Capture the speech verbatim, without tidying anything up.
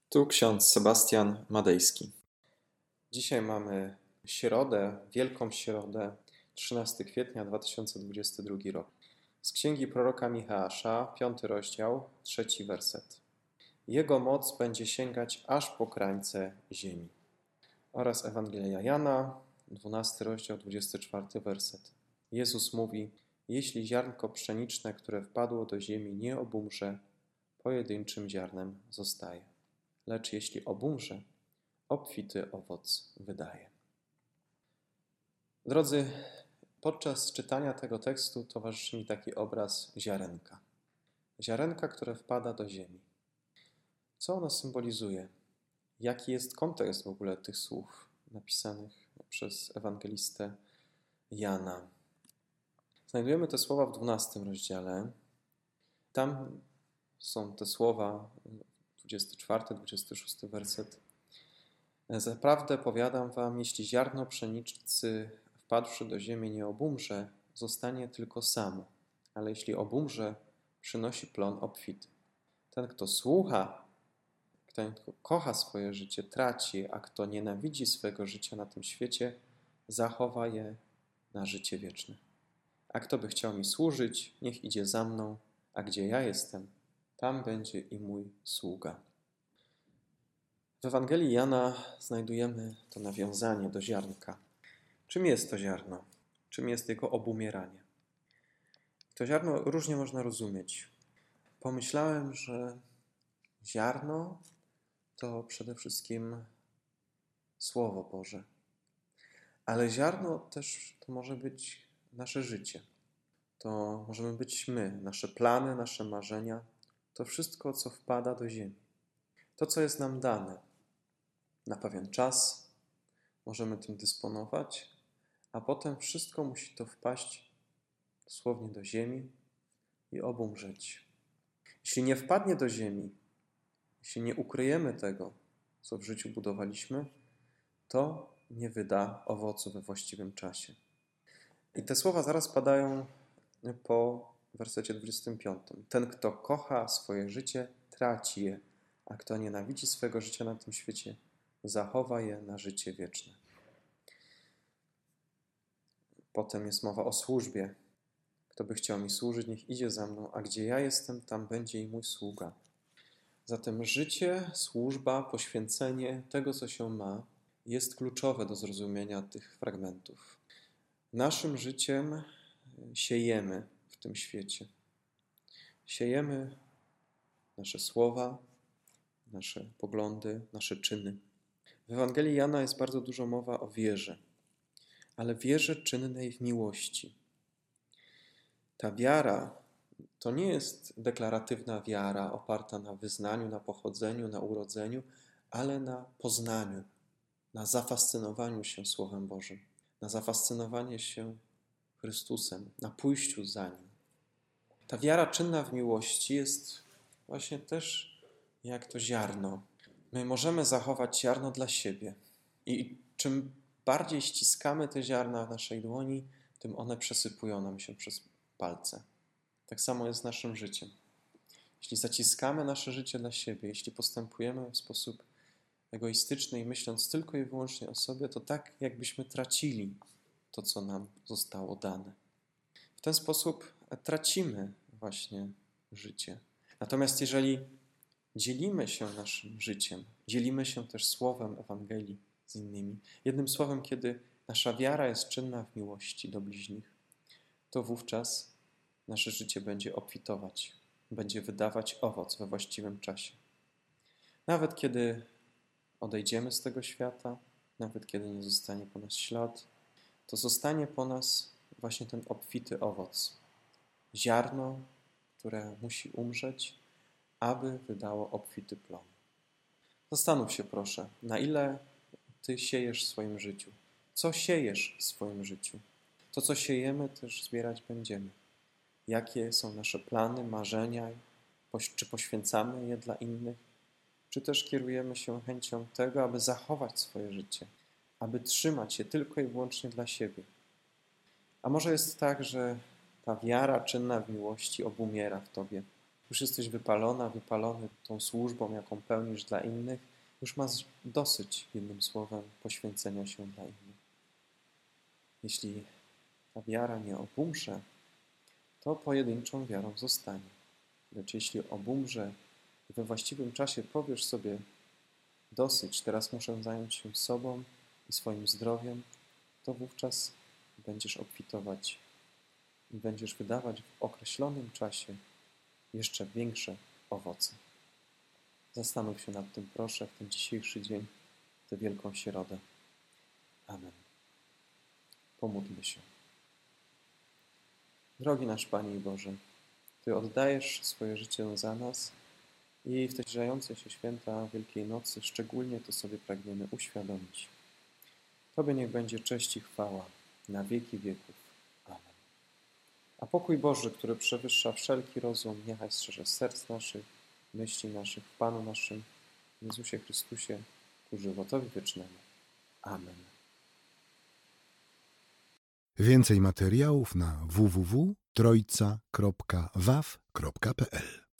Tu ksiądz Sebastian Madejski. Dzisiaj mamy środę, Wielką Środę, trzynastego kwietnia dwa tysiące dwudziesty drugi rok. Z księgi proroka Micheasza, piąty rozdział, trzeci werset. Jego moc będzie sięgać aż po krańce ziemi. Oraz Ewangelia Jana, dwunasty rozdział, dwudziesty czwarty werset. Jezus mówi: jeśli ziarnko pszeniczne, które wpadło do ziemi, nie obumrze, pojedynczym ziarnem zostaje. Lecz jeśli obumrze, obfity owoc wydaje. Drodzy, podczas czytania tego tekstu towarzyszy mi taki obraz ziarenka. Ziarenka, które wpada do ziemi. Co ono symbolizuje? Jaki jest kontekst w ogóle tych słów napisanych przez ewangelistę Jana? Znajdujemy te słowa w dwunastym rozdziale. Tam są te słowa, dwudziesty czwarty, dwudziesty szósty werset. Zaprawdę powiadam wam, jeśli ziarno pszenicy wpadłszy do ziemi nie obumrze, zostanie tylko samo, ale jeśli obumrze, przynosi plon obfity. Ten, kto słucha, ten, kto kocha swoje życie, traci, a kto nienawidzi swego życia na tym świecie, zachowa je na życie wieczne. A kto by chciał mi służyć, niech idzie za mną, a gdzie ja jestem, tam będzie i mój sługa. W Ewangelii Jana znajdujemy to nawiązanie do ziarnka. Czym jest to ziarno? Czym jest jego obumieranie? To ziarno różnie można rozumieć. Pomyślałem, że ziarno to przede wszystkim Słowo Boże. Ale ziarno też to może być nasze życie. To możemy być my, nasze plany, nasze marzenia. To wszystko, co wpada do ziemi. To, co jest nam dane. Na pewien czas możemy tym dysponować, a potem wszystko musi to wpaść dosłownie do ziemi i obumrzeć. Jeśli nie wpadnie do ziemi, jeśli nie ukryjemy tego, co w życiu budowaliśmy, to nie wyda owocu we właściwym czasie. I te słowa zaraz padają po wersecie dwudziestym piątym. Ten, kto kocha swoje życie, traci je, a kto nienawidzi swego życia na tym świecie, zachowa je na życie wieczne. Potem jest mowa o służbie. Kto by chciał mi służyć, niech idzie za mną, a gdzie ja jestem, tam będzie i mój sługa. Zatem życie, służba, poświęcenie tego, co się ma, jest kluczowe do zrozumienia tych fragmentów. Naszym życiem siejemy w tym świecie. Siejemy nasze słowa, nasze poglądy, nasze czyny. W Ewangelii Jana jest bardzo dużo mowa o wierze, ale wierze czynnej w miłości. Ta wiara to nie jest deklaratywna wiara oparta na wyznaniu, na pochodzeniu, na urodzeniu, ale na poznaniu, na zafascynowaniu się Słowem Bożym, na zafascynowanie się Chrystusem, na pójściu za Nim. Ta wiara czynna w miłości jest właśnie też jak to ziarno. My możemy zachować ziarno dla siebie i czym bardziej ściskamy te ziarna w naszej dłoni, tym one przesypują nam się przez palce. Tak samo jest z naszym życiem. Jeśli zaciskamy nasze życie dla siebie, jeśli postępujemy w sposób egoistyczny i myśląc tylko i wyłącznie o sobie, to tak jakbyśmy tracili to, co nam zostało dane. W ten sposób tracimy właśnie życie. Natomiast jeżeli dzielimy się naszym życiem, dzielimy się też słowem Ewangelii z innymi, jednym słowem, kiedy nasza wiara jest czynna w miłości do bliźnich, to wówczas nasze życie będzie obfitować, będzie wydawać owoc we właściwym czasie. Nawet kiedy odejdziemy z tego świata, nawet kiedy nie zostanie po nas ślad, to zostanie po nas właśnie ten obfity owoc. Ziarno, które musi umrzeć, aby wydało obfity plon. Zastanów się proszę, na ile Ty siejesz w swoim życiu. Co siejesz w swoim życiu? To, co siejemy, też zbierać będziemy. Jakie są nasze plany, marzenia? Czy poświęcamy je dla innych? Czy też kierujemy się chęcią tego, aby zachować swoje życie? Aby trzymać je tylko i wyłącznie dla siebie? A może jest tak, że ta wiara czynna w miłości obumiera w Tobie? już jesteś wypalona, wypalony tą służbą, jaką pełnisz dla innych, już masz dosyć, jednym słowem, poświęcenia się dla innych. Jeśli ta wiara nie obumrze, to pojedynczą wiarą zostanie. Lecz jeśli obumrze i we właściwym czasie powiesz sobie dosyć, teraz muszę zająć się sobą i swoim zdrowiem, to wówczas będziesz obfitować i będziesz wydawać w określonym czasie jeszcze większe owoce. Zastanów się nad tym, proszę, w ten dzisiejszy dzień, tę wielką środę. Amen. Pomódlmy się. Drogi nasz Panie i Boże, Ty oddajesz swoje życie za nas i w te zbliżające się święta Wielkiej Nocy szczególnie to sobie pragniemy uświadomić. Tobie niech będzie cześć i chwała na wieki wieków. Amen. A pokój Boży, który przewyższa wszelki rozum, niechaj strzeże serc naszych, myśli naszych w Panu naszym, Jezusie Chrystusie, ku żywotowi wiecznemu. Amen. Więcej materiałów na w w w kropka trojca kropka w a w kropka p l